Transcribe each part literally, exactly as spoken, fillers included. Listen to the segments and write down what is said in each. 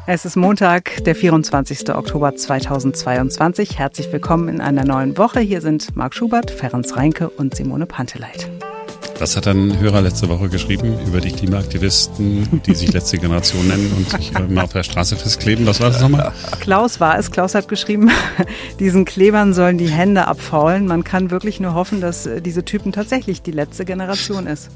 Es ist Montag, der vierundzwanzigster Oktober zweitausendzweiundzwanzig. Herzlich willkommen in einer neuen Woche. Hier sind Marc Schubert, Ferenc Reinke und Simone Panteleit. Was hat ein Hörer letzte Woche geschrieben über die Klimaaktivisten, die sich letzte Generation nennen und sich immer auf der Straße festkleben? Was war das nochmal? Klaus war es. Klaus hat geschrieben, diesen Klebern sollen die Hände abfaulen. Man kann wirklich nur hoffen, dass diese Typen tatsächlich die letzte Generation ist.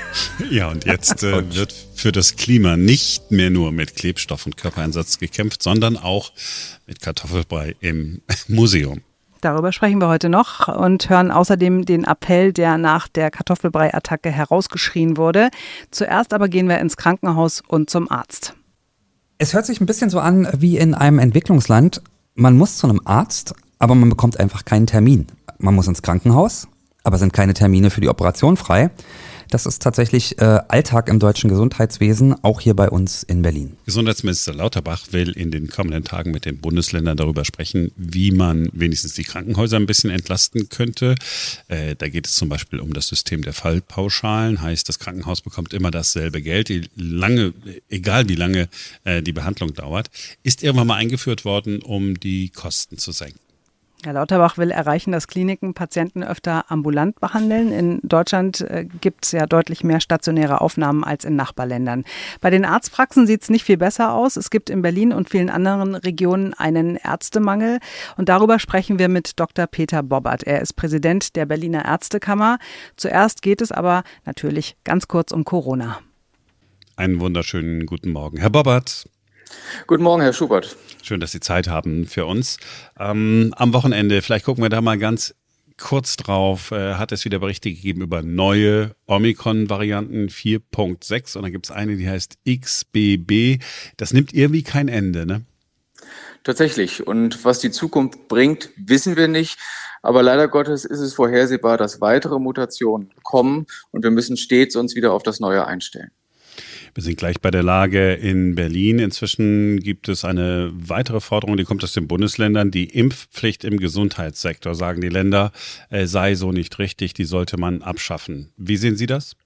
Ja, und jetzt äh, wird für das Klima nicht mehr nur mit Klebstoff und Körpereinsatz gekämpft, sondern auch mit Kartoffelbrei im Museum. Darüber sprechen wir heute noch und hören außerdem den Appell, der nach der Kartoffelbrei-Attacke herausgeschrien wurde. Zuerst aber gehen wir ins Krankenhaus und zum Arzt. Es hört sich ein bisschen so an wie in einem Entwicklungsland. Man muss zu einem Arzt, aber man bekommt einfach keinen Termin. Man muss ins Krankenhaus, aber sind keine Termine für die Operation frei. Das ist tatsächlich äh, Alltag im deutschen Gesundheitswesen, auch hier bei uns in Berlin. Gesundheitsminister Lauterbach will in den kommenden Tagen mit den Bundesländern darüber sprechen, wie man wenigstens die Krankenhäuser ein bisschen entlasten könnte. Äh, da geht es zum Beispiel um das System der Fallpauschalen. Heißt, das Krankenhaus bekommt immer dasselbe Geld, die lange, egal wie lange äh, die Behandlung dauert. Ist irgendwann mal eingeführt worden, um die Kosten zu senken. Herr Lauterbach will erreichen, dass Kliniken Patienten öfter ambulant behandeln. In Deutschland äh, gibt es ja deutlich mehr stationäre Aufnahmen als in Nachbarländern. Bei den Arztpraxen sieht es nicht viel besser aus. Es gibt in Berlin und vielen anderen Regionen einen Ärztemangel. Und darüber sprechen wir mit Doktor Peter Bobbert. Er ist Präsident der Berliner Ärztekammer. Zuerst geht es aber natürlich ganz kurz um Corona. Einen wunderschönen guten Morgen, Herr Bobbert. Guten Morgen, Herr Schubert. Schön, dass Sie Zeit haben für uns. Ähm, am Wochenende, vielleicht gucken wir da mal ganz kurz drauf, äh, hat es wieder Berichte gegeben über neue Omikron-Varianten vier Punkt sechs und dann gibt es eine, die heißt X B B. Das nimmt irgendwie kein Ende, ne? Tatsächlich. Und was die Zukunft bringt, wissen wir nicht. Aber leider Gottes ist es vorhersehbar, dass weitere Mutationen kommen und wir müssen stets uns wieder auf das Neue einstellen. Wir sind gleich bei der Lage in Berlin. Inzwischen gibt es eine weitere Forderung, die kommt aus den Bundesländern. Die Impfpflicht im Gesundheitssektor, sagen die Länder, äh, sei so nicht richtig, die sollte man abschaffen. Wie sehen Sie das?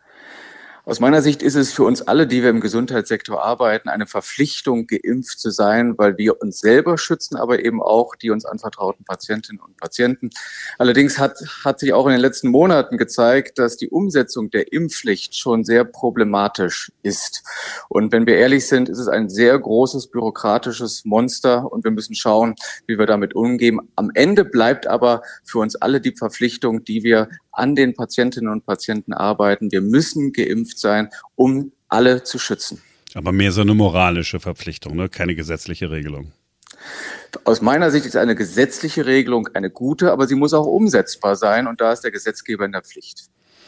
Aus meiner Sicht ist es für uns alle, die wir im Gesundheitssektor arbeiten, eine Verpflichtung, geimpft zu sein, weil wir uns selber schützen, aber eben auch die uns anvertrauten Patientinnen und Patienten. Allerdings hat, hat sich auch in den letzten Monaten gezeigt, dass die Umsetzung der Impfpflicht schon sehr problematisch ist. Und wenn wir ehrlich sind, ist es ein sehr großes bürokratisches Monster und wir müssen schauen, wie wir damit umgehen. Am Ende bleibt aber für uns alle die Verpflichtung, die wir an den Patientinnen und Patienten arbeiten. Wir müssen geimpft sein, um alle zu schützen. Aber mehr so eine moralische Verpflichtung, ne? Keine gesetzliche Regelung. Aus meiner Sicht ist eine gesetzliche Regelung eine gute, aber sie muss auch umsetzbar sein und da ist der Gesetzgeber in der Pflicht.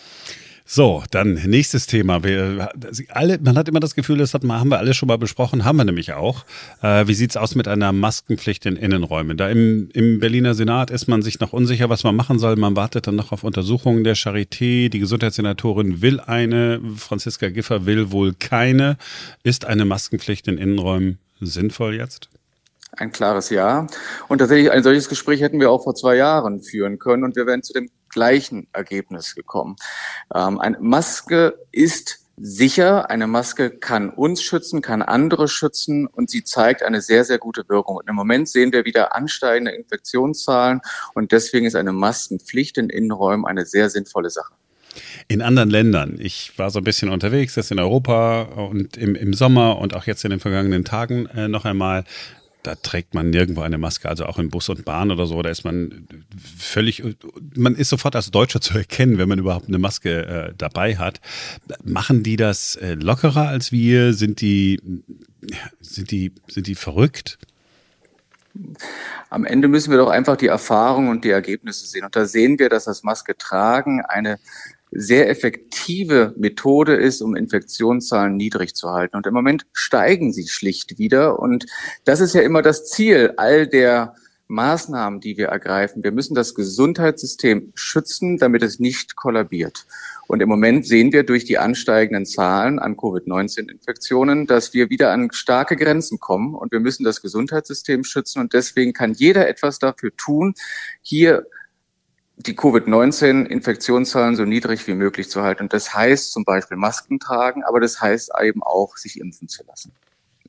So, dann nächstes Thema. Wir, alle, man hat immer das Gefühl, das hat, haben wir alle schon mal besprochen, haben wir nämlich auch. Äh, wie sieht's aus mit einer Maskenpflicht in Innenräumen? Da im, im Berliner Senat ist man sich noch unsicher, was man machen soll. Man wartet dann noch auf Untersuchungen der Charité. Die Gesundheitssenatorin will eine, Franziska Giffey will wohl keine. Ist eine Maskenpflicht in Innenräumen sinnvoll jetzt? Ein klares Ja. Und tatsächlich ein solches Gespräch hätten wir auch vor zwei Jahren führen können und wir wären zu dem gleichen Ergebnis gekommen. Ähm, eine Maske ist sicher, eine Maske kann uns schützen, kann andere schützen und sie zeigt eine sehr, sehr gute Wirkung. Und im Moment sehen wir wieder ansteigende Infektionszahlen und deswegen ist eine Maskenpflicht in Innenräumen eine sehr sinnvolle Sache. In anderen Ländern, ich war so ein bisschen unterwegs, das in Europa und im, im Sommer und auch jetzt in den vergangenen Tagen äh, noch einmal, da trägt man nirgendwo eine Maske, also auch in Bus und Bahn oder so, da ist man völlig, man ist sofort als Deutscher zu erkennen, wenn man überhaupt eine Maske äh, dabei hat. Machen die das äh, lockerer als wir? Sind die, sind die, sind die verrückt? Am Ende müssen wir doch einfach die Erfahrungen und die Ergebnisse sehen. Und da sehen wir, dass das Maske tragen eine sehr effektive Methode ist, um Infektionszahlen niedrig zu halten. Und im Moment steigen sie schlicht wieder. Und das ist ja immer das Ziel all der Maßnahmen, die wir ergreifen. Wir müssen das Gesundheitssystem schützen, damit es nicht kollabiert. Und im Moment sehen wir durch die ansteigenden Zahlen an Covid neunzehn Infektionen, dass wir wieder an starke Grenzen kommen. Und wir müssen das Gesundheitssystem schützen. Und deswegen kann jeder etwas dafür tun, hier die Covid neunzehn Infektionszahlen so niedrig wie möglich zu halten. Und das heißt zum Beispiel Masken tragen, aber das heißt eben auch, sich impfen zu lassen.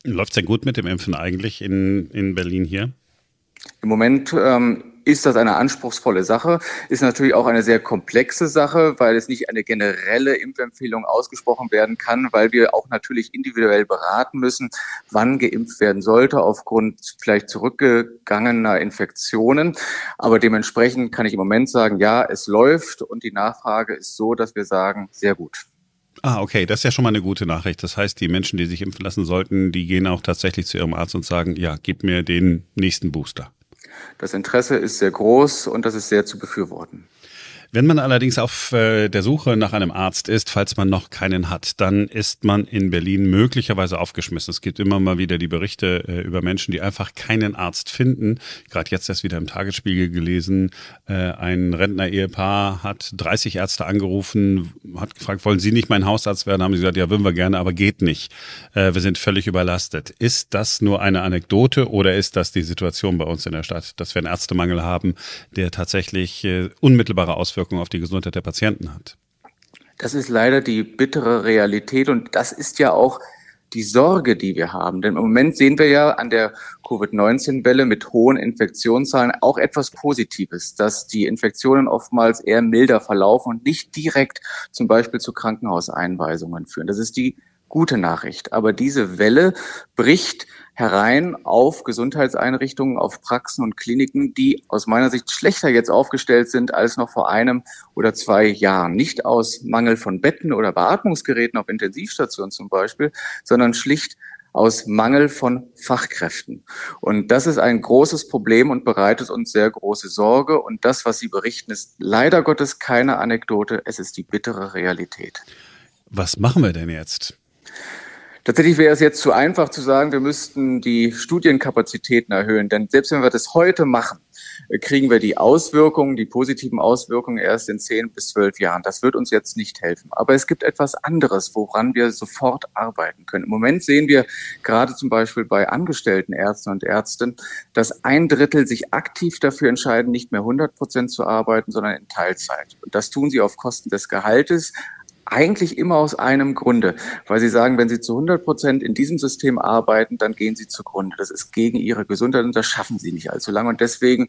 Läuft es denn gut mit dem Impfen eigentlich in, in Berlin hier? Im Moment ähm, ist das eine anspruchsvolle Sache, ist natürlich auch eine sehr komplexe Sache, weil es nicht eine generelle Impfempfehlung ausgesprochen werden kann, weil wir auch natürlich individuell beraten müssen, wann geimpft werden sollte aufgrund vielleicht zurückgegangener Infektionen. Aber dementsprechend kann ich im Moment sagen, ja, es läuft und die Nachfrage ist so, dass wir sagen, sehr gut. Ah, okay, das ist ja schon mal eine gute Nachricht. Das heißt, die Menschen, die sich impfen lassen sollten, die gehen auch tatsächlich zu ihrem Arzt und sagen, ja, gib mir den nächsten Booster. Das Interesse ist sehr groß und das ist sehr zu befürworten. Wenn man allerdings auf äh, der Suche nach einem Arzt ist, falls man noch keinen hat, dann ist man in Berlin möglicherweise aufgeschmissen. Es gibt immer mal wieder die Berichte äh, über Menschen, die einfach keinen Arzt finden. Gerade jetzt erst wieder im Tagesspiegel gelesen, äh, ein Rentner-Ehepaar hat dreißig Ärzte angerufen, hat gefragt, wollen Sie nicht mein Hausarzt werden? Haben sie gesagt, ja, würden wir gerne, aber geht nicht. Äh, wir sind völlig überlastet. Ist das nur eine Anekdote oder ist das die Situation bei uns in der Stadt, dass wir einen Ärztemangel haben, der tatsächlich äh, unmittelbare Auswirkungen auf die Gesundheit der Patienten hat? Das ist leider die bittere Realität und das ist ja auch die Sorge, die wir haben. Denn im Moment sehen wir ja an der Covid neunzehn Welle mit hohen Infektionszahlen auch etwas Positives, dass die Infektionen oftmals eher milder verlaufen und nicht direkt zum Beispiel zu Krankenhauseinweisungen führen. Das ist die gute Nachricht. Aber diese Welle bricht herein auf Gesundheitseinrichtungen, auf Praxen und Kliniken, die aus meiner Sicht schlechter jetzt aufgestellt sind als noch vor einem oder zwei Jahren. Nicht aus Mangel von Betten oder Beatmungsgeräten auf Intensivstationen zum Beispiel, sondern schlicht aus Mangel von Fachkräften. Und das ist ein großes Problem und bereitet uns sehr große Sorge. Und das, was Sie berichten, ist leider Gottes keine Anekdote. Es ist die bittere Realität. Was machen wir denn jetzt? Tatsächlich wäre es jetzt zu einfach zu sagen, wir müssten die Studienkapazitäten erhöhen. Denn selbst wenn wir das heute machen, kriegen wir die Auswirkungen, die positiven Auswirkungen erst in zehn bis zwölf Jahren. Das wird uns jetzt nicht helfen. Aber es gibt etwas anderes, woran wir sofort arbeiten können. Im Moment sehen wir gerade zum Beispiel bei angestellten Ärzten und Ärztinnen, dass ein Drittel sich aktiv dafür entscheiden, nicht mehr hundert Prozent zu arbeiten, sondern in Teilzeit. Und das tun sie auf Kosten des Gehaltes. Eigentlich immer aus einem Grunde, weil sie sagen, wenn sie zu hundert Prozent in diesem System arbeiten, dann gehen sie zugrunde. Das ist gegen ihre Gesundheit und das schaffen sie nicht allzu lange. Und deswegen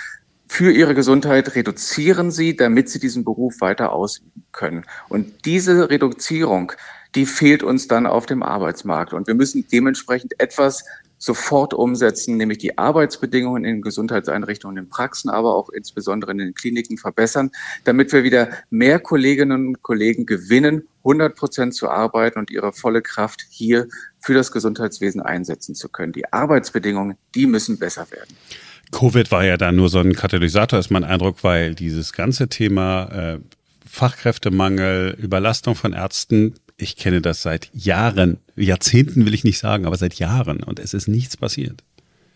für ihre Gesundheit reduzieren sie, damit sie diesen Beruf weiter ausüben können. Und diese Reduzierung, die fehlt uns dann auf dem Arbeitsmarkt. Und wir müssen dementsprechend etwas sofort umsetzen, nämlich die Arbeitsbedingungen in Gesundheitseinrichtungen, in Praxen, aber auch insbesondere in den Kliniken verbessern, damit wir wieder mehr Kolleginnen und Kollegen gewinnen, hundert Prozent zu arbeiten und ihre volle Kraft hier für das Gesundheitswesen einsetzen zu können. Die Arbeitsbedingungen, die müssen besser werden. Covid war ja da nur so ein Katalysator, ist mein Eindruck, weil dieses ganze Thema äh, Fachkräftemangel, Überlastung von Ärzten, ich kenne das seit Jahren, Jahrzehnten will ich nicht sagen, aber seit Jahren und es ist nichts passiert.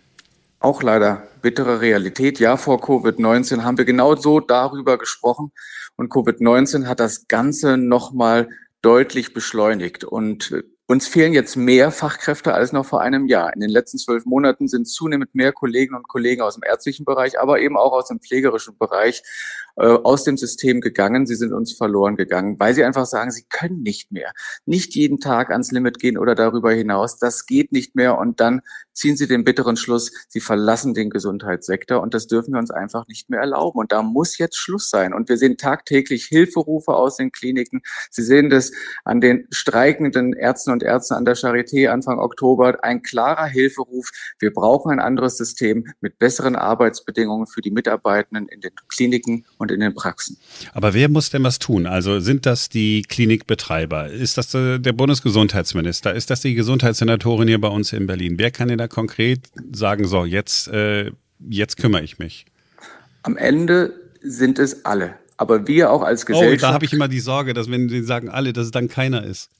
Auch leider bittere Realität. Ja, vor Covid neunzehn haben wir genau so darüber gesprochen und Covid neunzehn hat das Ganze nochmal deutlich beschleunigt und uns fehlen jetzt mehr Fachkräfte als noch vor einem Jahr. In den letzten zwölf Monaten sind zunehmend mehr Kolleginnen und Kollegen aus dem ärztlichen Bereich, aber eben auch aus dem pflegerischen Bereich äh, aus dem System gegangen. Sie sind uns verloren gegangen, weil sie einfach sagen, sie können nicht mehr. Nicht jeden Tag ans Limit gehen oder darüber hinaus. Das geht nicht mehr. Und dann ziehen sie den bitteren Schluss, sie verlassen den Gesundheitssektor. Und das dürfen wir uns einfach nicht mehr erlauben. Und da muss jetzt Schluss sein. Und wir sehen tagtäglich Hilferufe aus den Kliniken. Sie sehen das an den streikenden Ärzten und Ärzten an der Charité Anfang Oktober. Ein klarer Hilferuf. Wir brauchen ein anderes System mit besseren Arbeitsbedingungen für die Mitarbeitenden in den Kliniken und in den Praxen. Aber wer muss denn was tun? Also sind das die Klinikbetreiber? Ist das der Bundesgesundheitsminister? Ist das die Gesundheitssenatorin hier bei uns in Berlin? Wer kann denn da konkret sagen, so jetzt, äh, jetzt kümmere ich mich? Am Ende sind es alle. Aber wir auch als Gesellschaft... Oh, da habe ich immer die Sorge, dass wenn sie sagen alle, dass es dann keiner ist.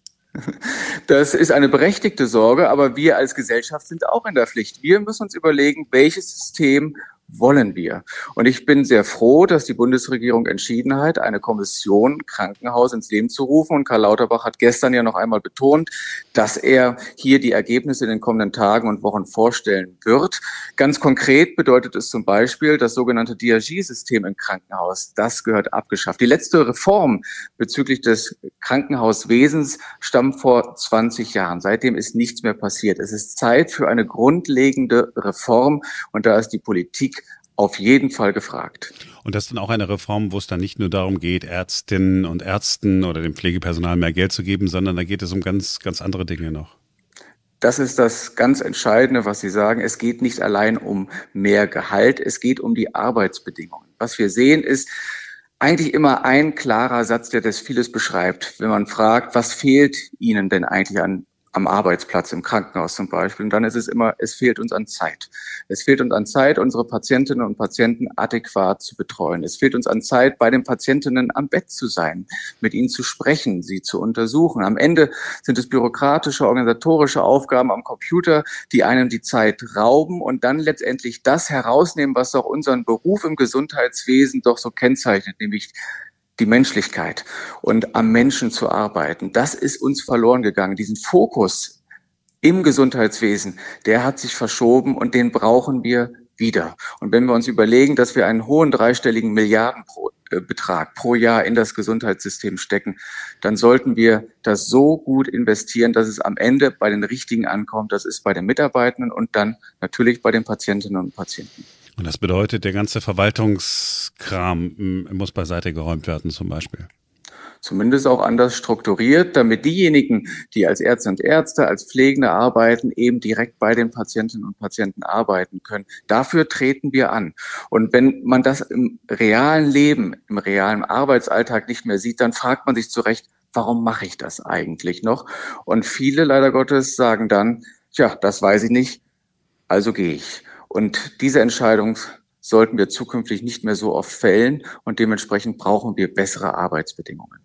Das ist eine berechtigte Sorge, aber wir als Gesellschaft sind auch in der Pflicht. Wir müssen uns überlegen, welches System wollen wir. Und ich bin sehr froh, dass die Bundesregierung entschieden hat, eine Kommission Krankenhaus ins Leben zu rufen. Und Karl Lauterbach hat gestern ja noch einmal betont, dass er hier die Ergebnisse in den kommenden Tagen und Wochen vorstellen wird. Ganz konkret bedeutet es zum Beispiel, das sogenannte D R G-System im Krankenhaus, das gehört abgeschafft. Die letzte Reform bezüglich des Krankenhauswesens stammt vor zwanzig Jahren. Seitdem ist nichts mehr passiert. Es ist Zeit für eine grundlegende Reform und da ist die Politik auf jeden Fall gefragt. Und das ist dann auch eine Reform, wo es dann nicht nur darum geht, Ärztinnen und Ärzten oder dem Pflegepersonal mehr Geld zu geben, sondern da geht es um ganz, ganz andere Dinge noch. Das ist das ganz Entscheidende, was Sie sagen. Es geht nicht allein um mehr Gehalt, es geht um die Arbeitsbedingungen. Was wir sehen ist eigentlich immer ein klarer Satz, der das vieles beschreibt. Wenn man fragt, was fehlt Ihnen denn eigentlich an am Arbeitsplatz, im Krankenhaus zum Beispiel. Und dann ist es immer, es fehlt uns an Zeit. Es fehlt uns an Zeit, unsere Patientinnen und Patienten adäquat zu betreuen. Es fehlt uns an Zeit, bei den Patientinnen am Bett zu sein, mit ihnen zu sprechen, sie zu untersuchen. Am Ende sind es bürokratische, organisatorische Aufgaben am Computer, die einem die Zeit rauben und dann letztendlich das herausnehmen, was doch unseren Beruf im Gesundheitswesen doch so kennzeichnet, nämlich die Menschlichkeit und am Menschen zu arbeiten. Das ist uns verloren gegangen. Diesen Fokus im Gesundheitswesen, der hat sich verschoben und den brauchen wir wieder. Und wenn wir uns überlegen, dass wir einen hohen dreistelligen Milliardenbetrag pro Jahr in das Gesundheitssystem stecken, dann sollten wir das so gut investieren, dass es am Ende bei den Richtigen ankommt. Das ist bei den Mitarbeitenden und dann natürlich bei den Patientinnen und Patienten. Und das bedeutet, der ganze Verwaltungskram muss beiseite geräumt werden zum Beispiel. Zumindest auch anders strukturiert, damit diejenigen, die als Ärzte und Ärzte, als Pflegende arbeiten, eben direkt bei den Patientinnen und Patienten arbeiten können. Dafür treten wir an. Und wenn man das im realen Leben, im realen Arbeitsalltag nicht mehr sieht, dann fragt man sich zu Recht, warum mache ich das eigentlich noch? Und viele, leider Gottes, sagen dann, tja, das weiß ich nicht, also gehe ich. Und diese Entscheidung sollten wir zukünftig nicht mehr so oft fällen und dementsprechend brauchen wir bessere Arbeitsbedingungen.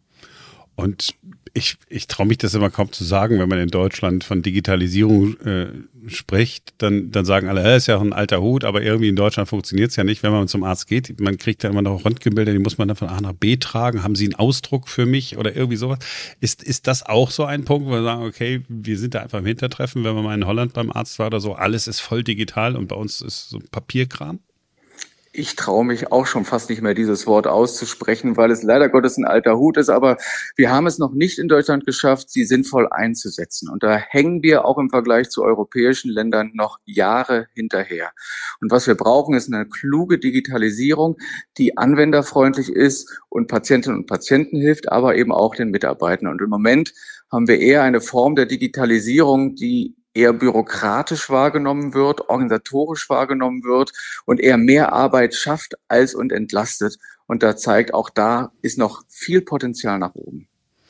Und ich, ich traue mich das immer kaum zu sagen, wenn man in Deutschland von Digitalisierung äh, spricht, dann, dann sagen alle, äh, ist ja auch ein alter Hut, aber irgendwie in Deutschland funktioniert es ja nicht, wenn man zum Arzt geht. Man kriegt ja immer noch Röntgenbilder, die muss man dann von A nach B tragen. Haben Sie einen Ausdruck für mich oder irgendwie sowas? Ist, ist das auch so ein Punkt, wo wir sagen, okay, wir sind da einfach im Hintertreffen, wenn man mal in Holland beim Arzt war oder so, alles ist voll digital und bei uns ist so Papierkram? Ich traue mich auch schon fast nicht mehr, dieses Wort auszusprechen, weil es leider Gottes ein alter Hut ist. Aber wir haben es noch nicht in Deutschland geschafft, sie sinnvoll einzusetzen. Und da hängen wir auch im Vergleich zu europäischen Ländern noch Jahre hinterher. Und was wir brauchen, ist eine kluge Digitalisierung, die anwenderfreundlich ist und Patientinnen und Patienten hilft, aber eben auch den Mitarbeitern. Und im Moment haben wir eher eine Form der Digitalisierung, die eher bürokratisch wahrgenommen wird, organisatorisch wahrgenommen wird und eher mehr Arbeit schafft als und entlastet. Und da zeigt, auch da ist noch viel Potenzial nach oben.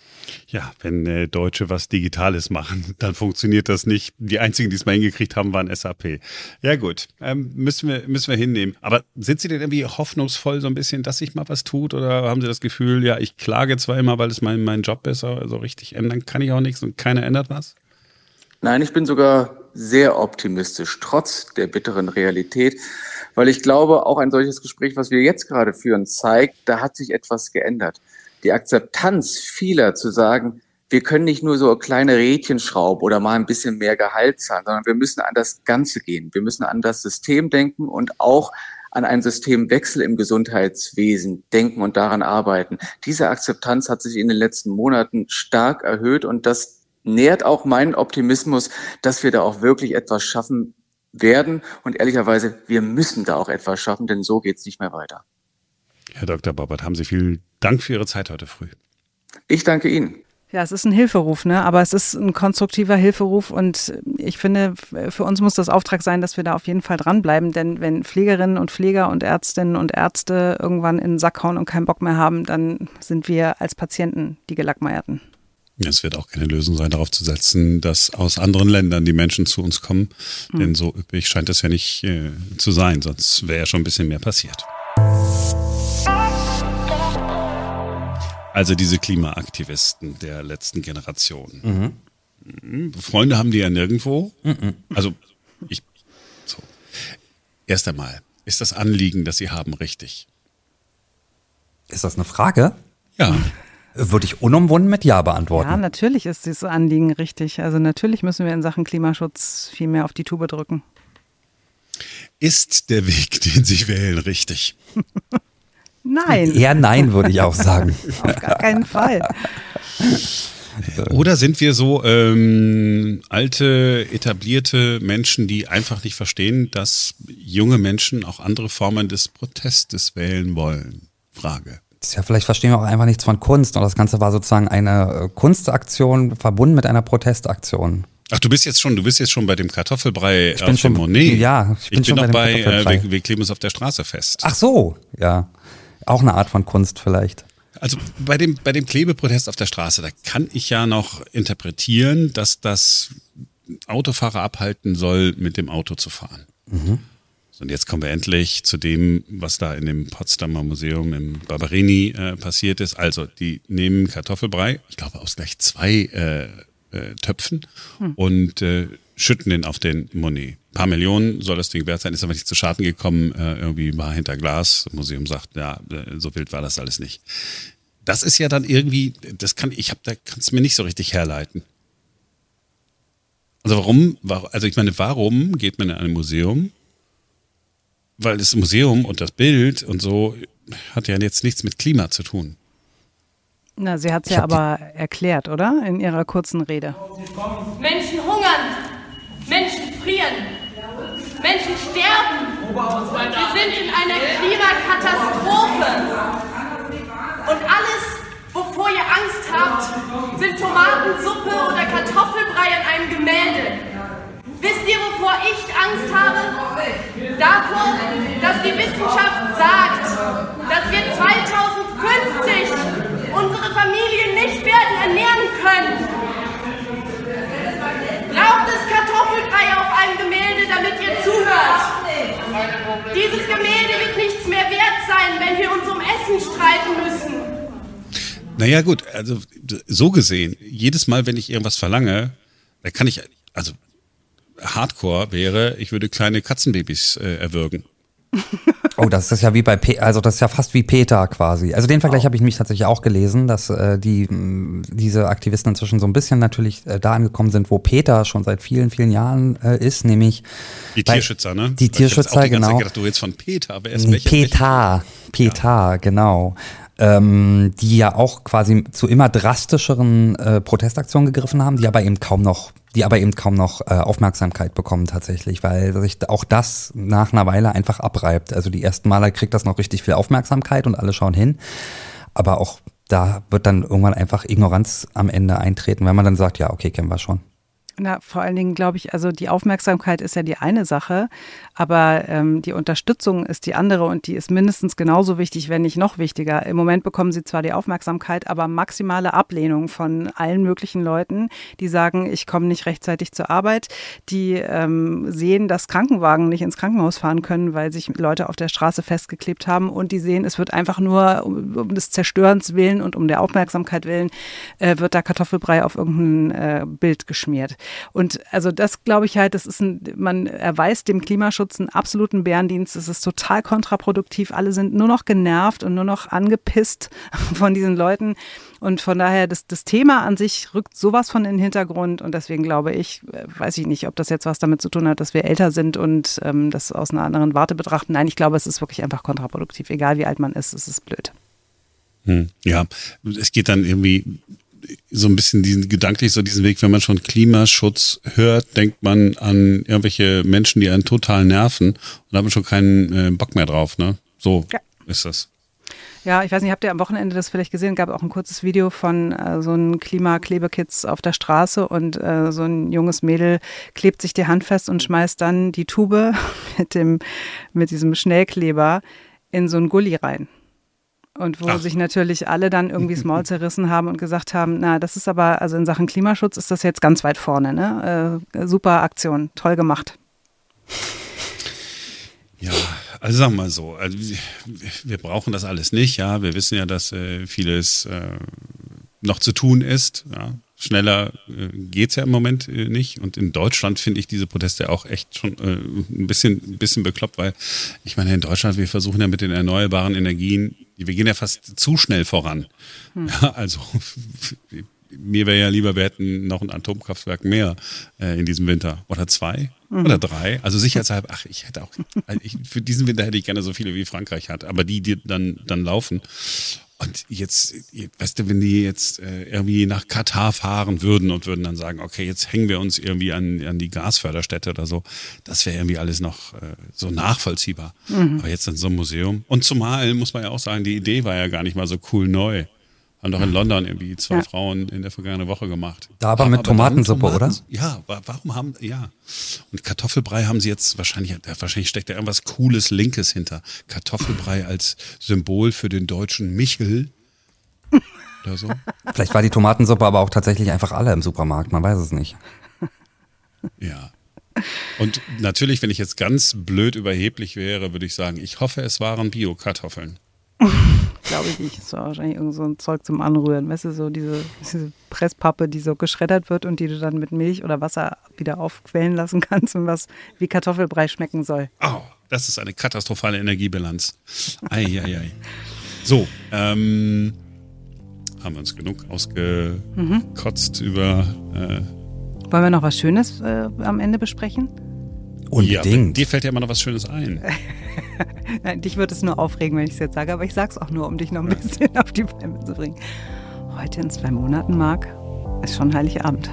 Ja, wenn äh, Deutsche was Digitales machen, dann funktioniert das nicht. Die einzigen, die es mal hingekriegt haben, waren S A P. Ja gut, ähm, müssen wir müssen wir hinnehmen. Aber sind Sie denn irgendwie hoffnungsvoll so ein bisschen, dass sich mal was tut? Oder haben Sie das Gefühl, ja, ich klage zwar immer, weil es mein, mein Job ist, aber so richtig ändern kann ich auch nichts und keiner ändert was? Nein, ich bin sogar sehr optimistisch, trotz der bitteren Realität, weil ich glaube, auch ein solches Gespräch, was wir jetzt gerade führen, zeigt, da hat sich etwas geändert. Die Akzeptanz vieler zu sagen, wir können nicht nur so kleine Rädchen schrauben oder mal ein bisschen mehr Gehalt zahlen, sondern wir müssen an das Ganze gehen. Wir müssen an das System denken und auch an einen Systemwechsel im Gesundheitswesen denken und daran arbeiten. Diese Akzeptanz hat sich in den letzten Monaten stark erhöht und das nährt auch meinen Optimismus, dass wir da auch wirklich etwas schaffen werden. Und ehrlicherweise, wir müssen da auch etwas schaffen, denn so geht es nicht mehr weiter. Herr Doktor Boppert, haben Sie vielen Dank für Ihre Zeit heute früh. Ich danke Ihnen. Ja, es ist ein Hilferuf, ne? Aber es ist ein konstruktiver Hilferuf und ich finde, für uns muss das Auftrag sein, dass wir da auf jeden Fall dranbleiben, denn wenn Pflegerinnen und Pfleger und Ärztinnen und Ärzte irgendwann in den Sack hauen und keinen Bock mehr haben, dann sind wir als Patienten die Gelackmeierten. Es wird auch keine Lösung sein, darauf zu setzen, dass aus anderen Ländern die Menschen zu uns kommen. Mhm. Denn so üppig scheint das ja nicht äh, zu sein, sonst wäre ja schon ein bisschen mehr passiert. Also diese Klimaaktivisten der letzten Generation. Mhm. Freunde haben die ja nirgendwo. Mhm. Also ich so. Erst einmal, ist das Anliegen, das Sie haben, richtig? Ist das eine Frage? Ja. Würde ich unumwunden mit Ja beantworten. Ja, natürlich ist dieses Anliegen richtig. Also natürlich müssen wir in Sachen Klimaschutz viel mehr auf die Tube drücken. Ist der Weg, den Sie wählen, richtig? Nein. Eher nein, würde ich auch sagen. Auf gar keinen Fall. Oder sind wir so ähm, alte, etablierte Menschen, die einfach nicht verstehen, dass junge Menschen auch andere Formen des Protestes wählen wollen? Frage. Ja, vielleicht verstehen wir auch einfach nichts von Kunst. Und das Ganze war sozusagen eine Kunstaktion verbunden mit einer Protestaktion. Ach, du bist jetzt schon, du bist jetzt schon bei dem Kartoffelbrei Ich bin auf schon- dem Monet. ja, ich bin ich schon bin noch bei bei, dem äh, Kartoffelbrei. wir, wir kleben uns auf der Straße fest. Ach so, ja. Auch eine Art von Kunst vielleicht. Also bei dem, bei dem Klebeprotest auf der Straße, da kann ich ja noch interpretieren, dass das Autofahrer abhalten soll, mit dem Auto zu fahren. Mhm. Und jetzt kommen wir endlich zu dem, was da in dem Potsdamer Museum im Barberini äh, passiert ist. Also die nehmen Kartoffelbrei, ich glaube aus gleich zwei äh, äh, Töpfen hm. und äh, schütten den auf den Monet. Ein paar Millionen soll das Ding wert sein, ist aber nicht zu Schaden gekommen. Äh, irgendwie war hinter Glas. Das Museum sagt, ja, äh, so wild war das alles nicht. Das ist ja dann irgendwie, das kann ich habe, da kannst du mir nicht so richtig herleiten. Also warum, also ich meine, warum geht man in ein Museum? Weil das Museum und das Bild und so hat ja jetzt nichts mit Klima zu tun. Na, sie hat es Ich ja hab die- aber erklärt, oder? In ihrer kurzen Rede. Menschen hungern, Menschen frieren, Menschen sterben. Wir sind in einer Klimakatastrophe. Und alles, wovor ihr Angst habt, sind Tomatensuppe oder Kartoffelbrei an einem Gemälde. Wisst ihr, wovor ich Angst habe? Davor, dass die Wissenschaft sagt, dass wir zweitausendfünfzig unsere Familien nicht werden ernähren können. Braucht es Kartoffelbrei auf einem Gemälde, damit ihr zuhört? Dieses Gemälde wird nichts mehr wert sein, wenn wir uns um Essen streiten müssen. Naja gut, also so gesehen, jedes Mal, wenn ich irgendwas verlange, da kann ich, also Hardcore wäre, ich würde kleine Katzenbabys äh, erwürgen. Oh, das ist ja wie bei, Pe also das ist ja fast wie PETA quasi. Also den Vergleich oh. habe ich mich tatsächlich auch gelesen, dass äh, die mh, diese Aktivisten inzwischen so ein bisschen natürlich äh, da angekommen sind, wo PETA schon seit vielen, vielen Jahren äh, ist, nämlich die Tierschützer, ne? Die Tierschützer, ich hab jetzt auch die ganze genau. Zeit gedacht, du redest von PETA, wer ist Nee, welche? PETA, PETA, ja. Genau. Ähm, die ja auch quasi zu immer drastischeren äh, Protestaktionen gegriffen haben, die aber eben kaum noch, die aber eben kaum noch äh, Aufmerksamkeit bekommen tatsächlich, weil sich auch das nach einer Weile einfach abreibt. Also die ersten Male kriegt das noch richtig viel Aufmerksamkeit und alle schauen hin, aber auch da wird dann irgendwann einfach Ignoranz am Ende eintreten, wenn man dann sagt, ja, okay, kennen wir schon. Na, vor allen Dingen glaube ich, also die Aufmerksamkeit ist ja die eine Sache, aber ähm, die Unterstützung ist die andere und die ist mindestens genauso wichtig, wenn nicht noch wichtiger. Im Moment bekommen sie zwar die Aufmerksamkeit, aber maximale Ablehnung von allen möglichen Leuten, die sagen, ich komme nicht rechtzeitig zur Arbeit, die ähm, sehen, dass Krankenwagen nicht ins Krankenhaus fahren können, weil sich Leute auf der Straße festgeklebt haben und die sehen, es wird einfach nur um, um des Zerstörens willen und um der Aufmerksamkeit willen, äh, wird da Kartoffelbrei auf irgendein äh, Bild geschmiert. Und also das glaube ich halt, das ist ein, man erweist dem Klimaschutz einen absoluten Bärendienst. Es ist total kontraproduktiv. Alle sind nur noch genervt und nur noch angepisst von diesen Leuten. Und von daher, das, das Thema an sich rückt sowas von in den Hintergrund. Und deswegen glaube ich, weiß ich nicht, ob das jetzt was damit zu tun hat, dass wir älter sind und ähm, das aus einer anderen Warte betrachten. Nein, ich glaube, es ist wirklich einfach kontraproduktiv. Egal wie alt man ist, es ist blöd. Hm, ja, es geht dann irgendwie so ein bisschen diesen gedanklich so diesen Weg, wenn man schon Klimaschutz hört, denkt man an irgendwelche Menschen, die einen total nerven und da hat man schon keinen äh, Bock mehr drauf, ne? So ja. ist das. Ja, ich weiß nicht, habt ihr am Wochenende das vielleicht gesehen? Gab auch ein kurzes Video von äh, so einem Klimaklebekids auf der Straße und äh, so ein junges Mädel klebt sich die Hand fest und schmeißt dann die Tube mit dem mit diesem Schnellkleber in so einen Gully rein. Und wo Ach. sich natürlich alle dann irgendwie das Maul zerrissen haben und gesagt haben, na, das ist aber, also in Sachen Klimaschutz ist das jetzt ganz weit vorne, ne? Äh, super Aktion, toll gemacht. Ja, also sagen wir mal so, also wir brauchen das alles nicht, ja. Wir wissen ja, dass äh, vieles äh, noch zu tun ist, ja. schneller äh, geht's ja im Moment äh, nicht. Und in Deutschland finde ich diese Proteste auch echt schon äh, ein bisschen, ein bisschen bekloppt, weil ich meine, in Deutschland, wir versuchen ja mit den erneuerbaren Energien, wir gehen ja fast zu schnell voran. Hm. Ja, also mir wäre ja lieber, wir hätten noch ein Atomkraftwerk mehr äh, in diesem Winter. Oder zwei mhm. oder drei. Also sicherheitshalber, ach, ich hätte auch, also ich, für diesen Winter hätte ich gerne so viele wie Frankreich hat, aber die, die dann, dann laufen. Und jetzt, weißt du, wenn die jetzt äh, irgendwie nach Katar fahren würden und würden dann sagen, okay, jetzt hängen wir uns irgendwie an, an die Gasförderstätte oder so, das wäre irgendwie alles noch äh, so nachvollziehbar. Mhm. Aber jetzt in so einem Museum. Und zumal, muss man ja auch sagen, die Idee war ja gar nicht mal so cool neu. Haben doch in London irgendwie zwei ja. Frauen in der vergangenen Woche gemacht. Da aber mit aber Tomatensuppe, Tomaten, oder? Ja, warum haben, ja. Und Kartoffelbrei haben sie jetzt, wahrscheinlich, wahrscheinlich steckt da irgendwas Cooles Linkes hinter. Kartoffelbrei als Symbol für den deutschen Michel. Oder so. Vielleicht war die Tomatensuppe aber auch tatsächlich einfach alle im Supermarkt, man weiß es nicht. Ja. Und natürlich, wenn ich jetzt ganz blöd überheblich wäre, würde ich sagen, ich hoffe, es waren Bio-Kartoffeln. Glaube ich nicht. Das war wahrscheinlich irgend so ein Zeug zum Anrühren. Weißt du, so diese, diese Presspappe, die so geschreddert wird und die du dann mit Milch oder Wasser wieder aufquellen lassen kannst und was wie Kartoffelbrei schmecken soll. Oh, das ist eine katastrophale Energiebilanz. Eieiei. So, ähm, haben wir uns genug ausgekotzt mhm. über... Äh, Wollen wir noch was Schönes äh, am Ende besprechen? Unbedingt. Ja, dir fällt ja immer noch was Schönes ein. Nein, dich wird es nur aufregen, wenn ich es jetzt sage, aber ich sage es auch nur, um dich noch ein bisschen auf die Beine zu bringen. Heute in zwei Monaten, Marc, ist schon Heiligabend.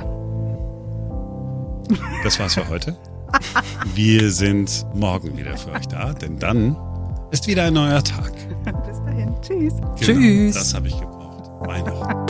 Das war's für heute. Wir sind morgen wieder für euch da, denn dann ist wieder ein neuer Tag. Bis dahin. Tschüss. Genau, Tschüss. Das habe ich gebraucht. Weihnachten.